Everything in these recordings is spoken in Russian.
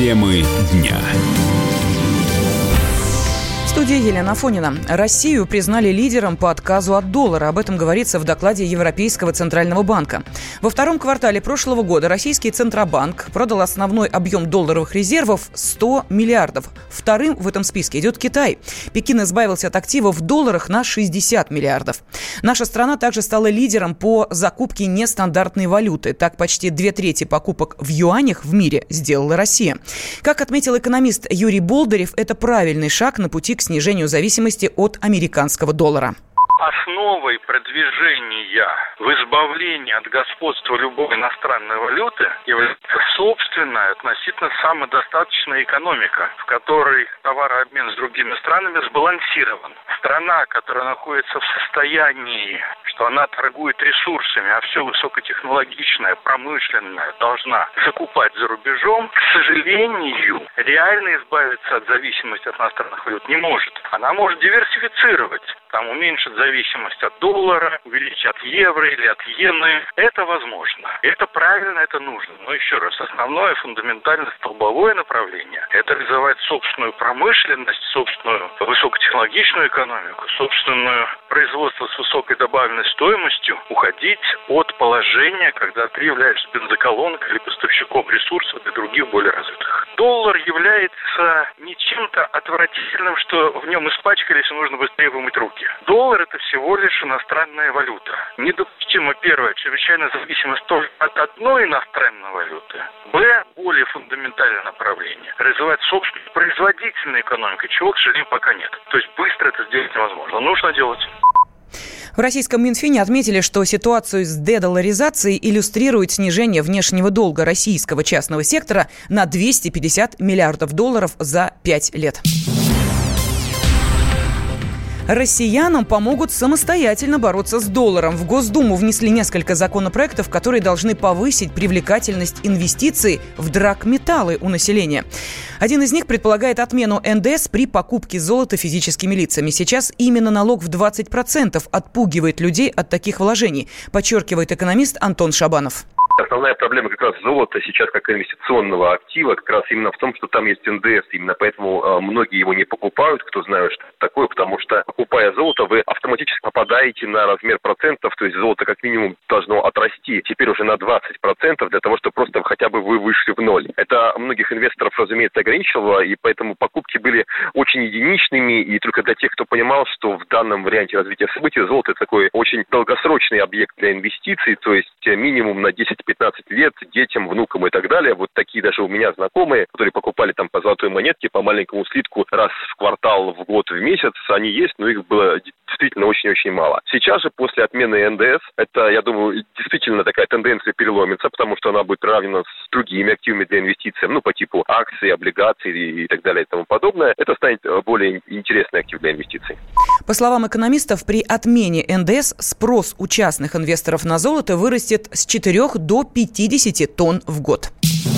Темы дня. В студии Елена Афонина. Россию признали лидером по отказу от доллара. Об этом говорится в докладе Европейского центрального банка. Во втором квартале прошлого года российский Центробанк продал основной объем долларовых резервов 100 миллиардов. Вторым в этом списке идет Китай. Пекин избавился от активов в долларах на 60 миллиардов. Наша страна также стала лидером по закупке нестандартной валюты. Так, почти 2/3 покупок в юанях в мире сделала Россия. Как отметил экономист Юрий Болдырев, это правильный шаг на пути к снижению зависимости от американского доллара. Основой продвижения в избавлении от господства любой иностранной валюты является собственная, относительно самодостаточная экономика, в которой товарообмен с другими странами сбалансирован. Страна, которая находится в состоянии, что она торгует ресурсами, а все высокотехнологичное, промышленное должна закупать за рубежом, к сожалению, реально избавиться от зависимости от иностранных валют не может. Она может диверсифицировать, уменьшить зависимость от доллара, увеличить от евро или от иены. Это возможно. Это правильно, это нужно. Но еще раз, основное фундаментальное столбовое направление – это развивать собственную промышленность, собственную высокотехнологичную экономику, собственное производство с высокой добавленной стоимостью, уходить от положения, когда ты являешься бензоколонкой или поставщиком ресурсов для других более развитых. Доллар является не чем-то отвратительным, что в нем испачкались и нужно быстрее вымыть руки. Доллар – это всего лишь иностранная валюта. Недопустимо, первое, чрезвычайная зависимость только от одной иностранной валюты. Б, более фундаментальное направление. Развивать собственную производительную экономику, чего, к сожалению, пока нет. То есть быстро это сделать невозможно. Нужно делать. В российском Минфине отметили, что ситуацию с дедоларизацией иллюстрирует снижение внешнего долга российского частного сектора на 250 миллиардов долларов за 5 лет. Россиянам помогут самостоятельно бороться с долларом. В Госдуму внесли несколько законопроектов, которые должны повысить привлекательность инвестиций в драгметаллы у населения. Один из них предполагает отмену НДС при покупке золота физическими лицами. Сейчас именно налог в 20% отпугивает людей от таких вложений, подчеркивает экономист Антон Шабанов. Основная проблема как раз золота сейчас как инвестиционного актива как раз именно в том, что там есть НДС. Именно поэтому многие его не покупают, кто знает, что это такое, потому что, покупая золото, вы автоматически попадаете на размер процентов, то есть золото как минимум должно отрасти теперь уже на 20% для того, чтобы просто хотя бы вы вышли в ноль. Это многих инвесторов, разумеется, ограничивало, и поэтому покупки были очень единичными, и только для тех, кто понимал, что в данном варианте развития событий золото – это такой очень долгосрочный объект для инвестиций, то есть минимум на 10-15 лет детям, внукам и так далее. Вот такие даже у меня знакомые, которые покупали там по золотой монетке, по маленькому слитку раз в квартал, в год, в месяц. Они есть, но их было действительно очень-очень мало. Сейчас же, после отмены НДС, это, я думаю, действительно такая тенденция переломится, потому что она будет приравнена с другими активами для инвестиций, по типу акций, облигаций и так далее и тому подобное. Это станет более интересный актив для инвестиций. По словам экономистов, при отмене НДС спрос у частных инвесторов на золото вырастет с 4 до 50 тонн в год.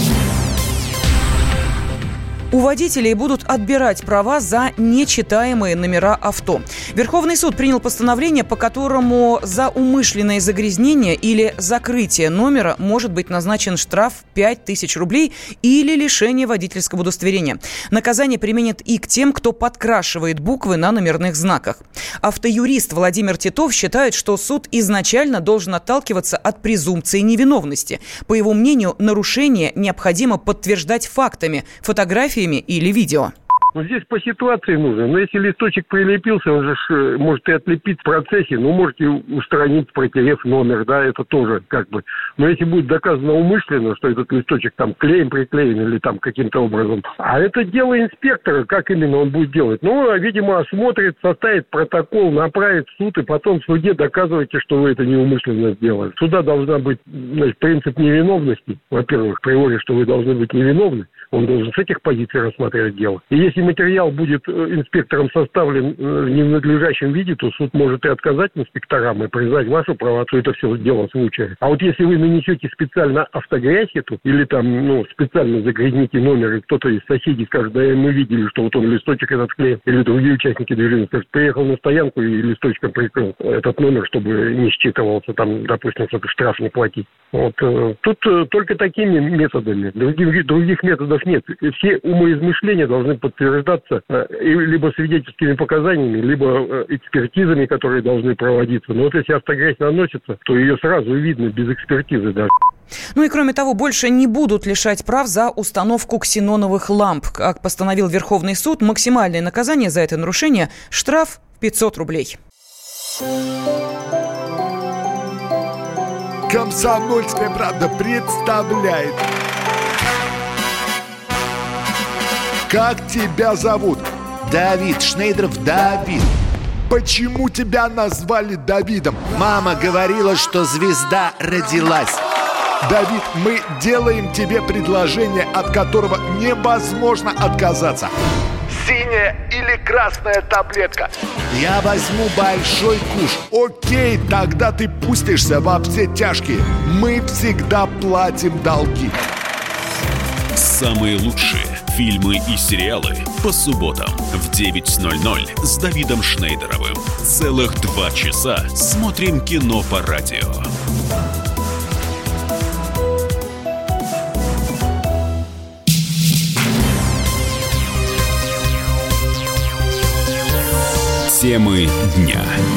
У водителей будут отбирать права за нечитаемые номера авто. Верховный суд принял постановление, по которому за умышленное загрязнение или закрытие номера может быть назначен штраф 5000 рублей или лишение водительского удостоверения. Наказание применят и к тем, кто подкрашивает буквы на номерных знаках. Автоюрист Владимир Титов считает, что суд изначально должен отталкиваться от презумпции невиновности. По его мнению, нарушение необходимо подтверждать фактами, фотографиями или видео. Здесь по ситуации нужно. Но если листочек прилепился, он же может и отлепить в процессе, можете устранить, протерев номер, это тоже Но если будет доказано умышленно, что этот листочек там клеем приклеен или там каким-то образом, а это дело инспектора, как именно он будет делать? Видимо, осмотрит, составит протокол, направит в суд, и потом в суде доказываете, что вы это неумышленно сделали. Суда должна быть, принцип невиновности, во-первых, при что вы должны быть невиновны, он должен с этих позиций рассматривать дело. И если материал будет инспектором составлен в ненадлежащем виде, то суд может и отказать инспекторам и признать вашу правоту, это все дело случая. А вот если вы нанесете специально автогрязь эту, или там, специально загрязните номер, и кто-то из соседей скажет, да, мы видели, что вот он листочек этот клеил, или другие участники движения скажут, приехал на стоянку и листочком прикрыл этот номер, чтобы не считывался, там, допустим, чтобы штраф не платить. Вот. Тут только такими методами. Других методов нет. Все умоизмышления должны подтверждаться либо свидетельскими показаниями, либо экспертизами, которые должны проводиться. Но вот если автогрязь наносится, то ее сразу видно без экспертизы даже. Ну и кроме того, больше не будут лишать прав за установку ксеноновых ламп. Как постановил Верховный суд, максимальное наказание за это нарушение – штраф в 500 рублей. «Комсомольская правда» представляет. Как тебя зовут? Давид. Шнейдров Давид. Почему тебя назвали Давидом? Мама говорила, что звезда родилась. Давид, мы делаем тебе предложение, от которого невозможно отказаться. Синяя или красная таблетка? Я возьму большой куш. Окей, тогда ты пустишься во все тяжкие. Мы всегда платим долги. Самые лучшие фильмы и сериалы по субботам в 9:00 с Давидом Шнейдеровым. Целых 2 часа смотрим кино по радио. Темы дня.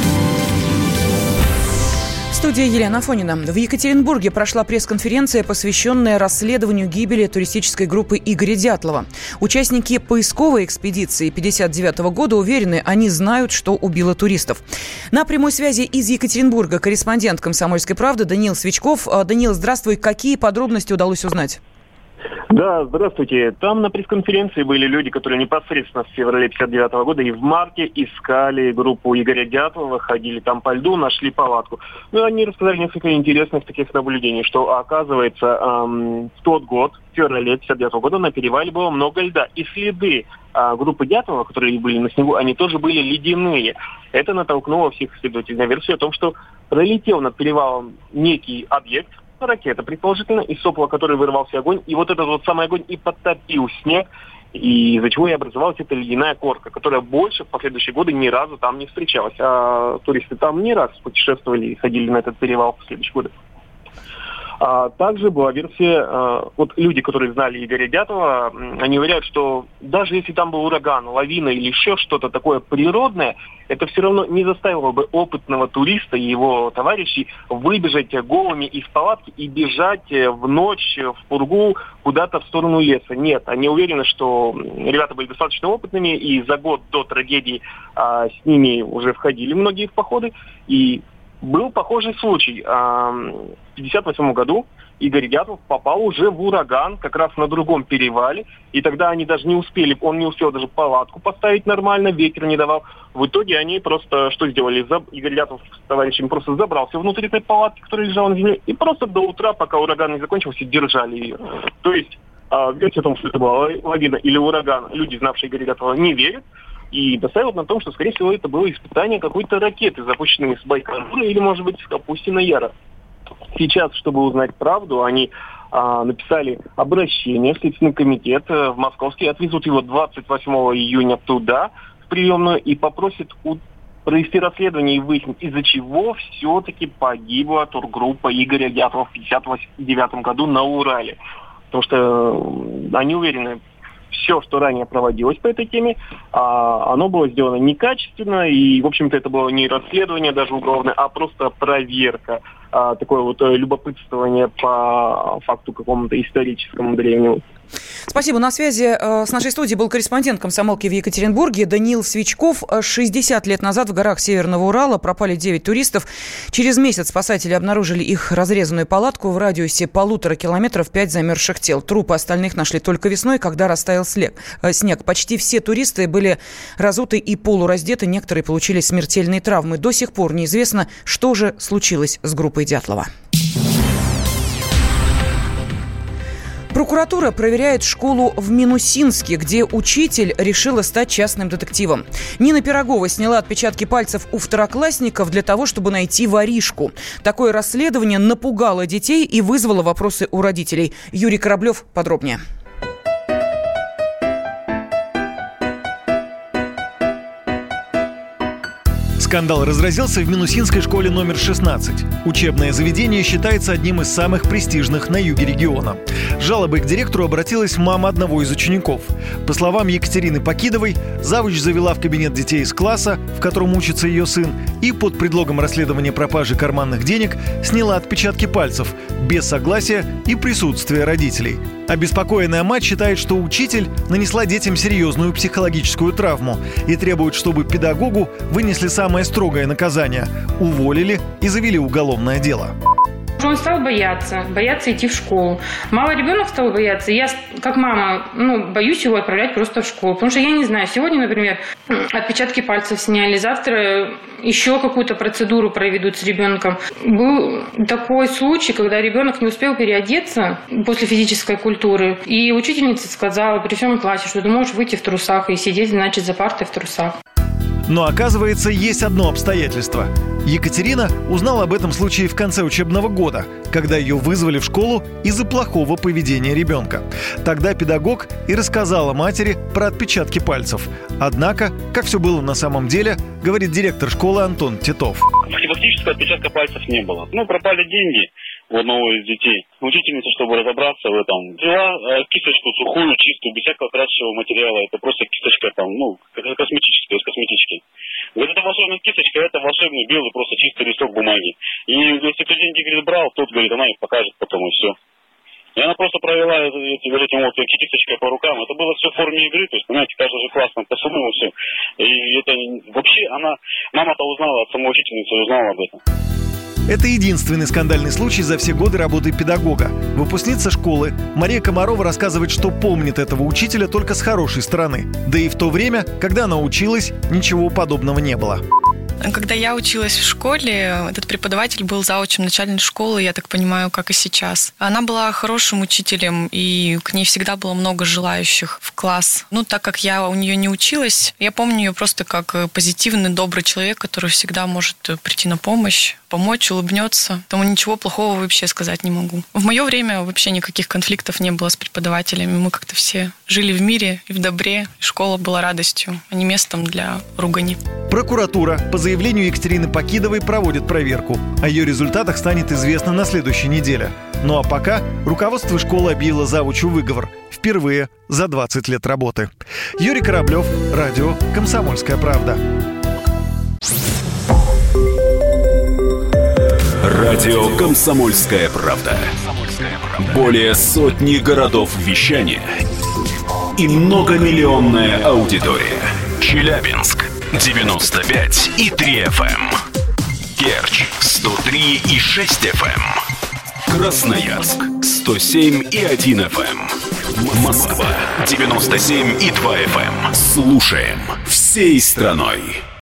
Студия Елена Афонина. В Екатеринбурге прошла пресс-конференция, посвященная расследованию гибели туристической группы Игоря Дятлова. Участники поисковой экспедиции 1959 года уверены, они знают, что убило туристов. На прямой связи из Екатеринбурга корреспондент «Комсомольской правды» Даниил Свичков. Даниил, здравствуй. Какие подробности удалось узнать? Да, здравствуйте. Там на пресс-конференции были люди, которые непосредственно в феврале 1959 года и в марте искали группу Игоря Дятлова, ходили там по льду, нашли палатку. Ну, они рассказали несколько интересных таких наблюдений, что, оказывается, в тот год, в феврале 1959 года, на перевале было много льда. И следы группы Дятлова, которые были на снегу, они тоже были ледяные. Это натолкнуло всех исследователей на версию о том, что пролетел над перевалом некий объект, ракета, предположительно, из сопла, который вырвался огонь, и вот этот вот самый огонь и подтопил снег, и из-за чего и образовалась эта ледяная корка, которая больше в последующие годы ни разу там не встречалась. А туристы там не раз путешествовали и ходили на этот перевал в последующие годы. Также была версия, вот люди, которые знали Игоря Дятлова, они уверяют, что даже если там был ураган, лавина или еще что-то такое природное, это все равно не заставило бы опытного туриста и его товарищей выбежать голыми из палатки и бежать в ночь в пургу куда-то в сторону леса. Нет, они уверены, что ребята были достаточно опытными, и за год до трагедии с ними уже входили многие в походы, и был похожий случай. В 1958 году Игорь Дятлов попал уже в ураган, как раз на другом перевале, и тогда они даже не успели, он не успел даже палатку поставить нормально, ветер не давал. В итоге они просто что сделали? Игорь Дятлов с товарищами просто забрался внутрь этой палатки, которая лежала на земле, и просто до утра, пока ураган не закончился, держали ее. То есть версия о том, что это была лавина или ураган, люди, знавшие Игоря Дятлова, не верят. И настаивают на том, что, скорее всего, это было испытание какой-то ракеты, запущенной с Байконура или, может быть, с Капустина Яра. Сейчас, чтобы узнать правду, они написали обращение в Следственный комитет в Московский, отвезут его 28 июня туда, в приемную, и попросят провести расследование и выяснить, из-за чего все-таки погибла тургруппа Игоря Дятлова в 1959 году на Урале. Потому что они уверены, все, что ранее проводилось по этой теме, оно было сделано некачественно, и, в общем-то, это было не расследование даже уголовное, а просто проверка, такое вот любопытствование по факту какому-то историческому древнему. Спасибо. На связи с нашей студией был корреспондент «Комсомолки» в Екатеринбурге Даниил Свичков. 60 лет назад в горах Северного Урала пропали 9 туристов. Через месяц спасатели обнаружили их разрезанную палатку в радиусе 1,5 километров, 5 замерзших тел. Трупы остальных нашли только весной, когда растаял снег. Почти все туристы были разуты и полураздеты. Некоторые получили смертельные травмы. До сих пор неизвестно, что же случилось с группой Дятлова. Прокуратура проверяет школу в Минусинске, где учитель решила стать частным детективом. Нина Пирогова сняла отпечатки пальцев у второклассников для того, чтобы найти воришку. Такое расследование напугало детей и вызвало вопросы у родителей. Юрий Кораблев подробнее. Скандал разразился в Минусинской школе номер 16. Учебное заведение считается одним из самых престижных на юге региона. Жалобой к директору обратилась мама одного из учеников. По словам Екатерины Покидовой, завуч завела в кабинет детей из класса, в котором учится ее сын, и под предлогом расследования пропажи карманных денег сняла отпечатки пальцев без согласия и присутствия родителей. Обеспокоенная мать считает, что учитель нанесла детям серьезную психологическую травму и требует, чтобы педагогу вынесли самое строгое наказание – уволили и завели уголовное дело. Он стал бояться идти в школу. Мало ребенок стал бояться. Я, как мама, боюсь его отправлять просто в школу. Потому что я не знаю, сегодня, например, отпечатки пальцев сняли, завтра еще какую-то процедуру проведут с ребенком. Был такой случай, когда ребенок не успел переодеться после физической культуры. И учительница сказала при всем классе, что ты можешь выйти в трусах и сидеть, значит, за партой в трусах. Но оказывается, есть одно обстоятельство. Екатерина узнала об этом случае в конце учебного года, когда ее вызвали в школу из-за плохого поведения ребенка. Тогда педагог и рассказала матери про отпечатки пальцев. Однако, как все было на самом деле, говорит директор школы Антон Титов. Фактически отпечатка пальцев не было. Пропали деньги у одного из детей. Учительница, чтобы разобраться в этом, взяла кисточку сухую, чистую, без всякого красящего материала. Это просто кисточка косметическая, из косметички. Говорит, это волшебная кисточка, это волшебный белый, просто чистый листок бумаги. И если кто деньги, говорит, брал, тот, говорит, она их покажет потом, и все. И она просто провела этим кисточкой по рукам. Это было все в форме игры, то есть, понимаете, каждый же классно посудил все. И это вообще мама-то узнала от самой учительницы, узнала об этом. Это единственный скандальный случай за все годы работы педагога. Выпускница школы Мария Комарова рассказывает, что помнит этого учителя только с хорошей стороны. Да и в то время, когда она училась, ничего подобного не было. Когда я училась в школе, этот преподаватель был заучем начальной школы, я так понимаю, как и сейчас. Она была хорошим учителем, и к ней всегда было много желающих в класс. Так как я у нее не училась, я помню ее просто как позитивный, добрый человек, который всегда может прийти на помощь, помочь, улыбнется. Тому ничего плохого вообще сказать не могу. В мое время вообще никаких конфликтов не было с преподавателями. Мы как-то все жили в мире и в добре. И школа была радостью, а не местом для ругани. Прокуратура по заявлению Екатерины Покидовой проводит проверку. О ее результатах станет известно на следующей неделе. Ну а пока руководство школы объявило завучу выговор. Впервые за 20 лет работы. Юрий Кораблев, радио «Комсомольская правда». Радио «Комсомольская правда». Более сотни городов вещания и многомиллионная аудитория. Челябинск 95,3 FM. Керчь 103,6 FM. Красноярск 107,1 FM. Москва 97,2 FM. Слушаем всей страной.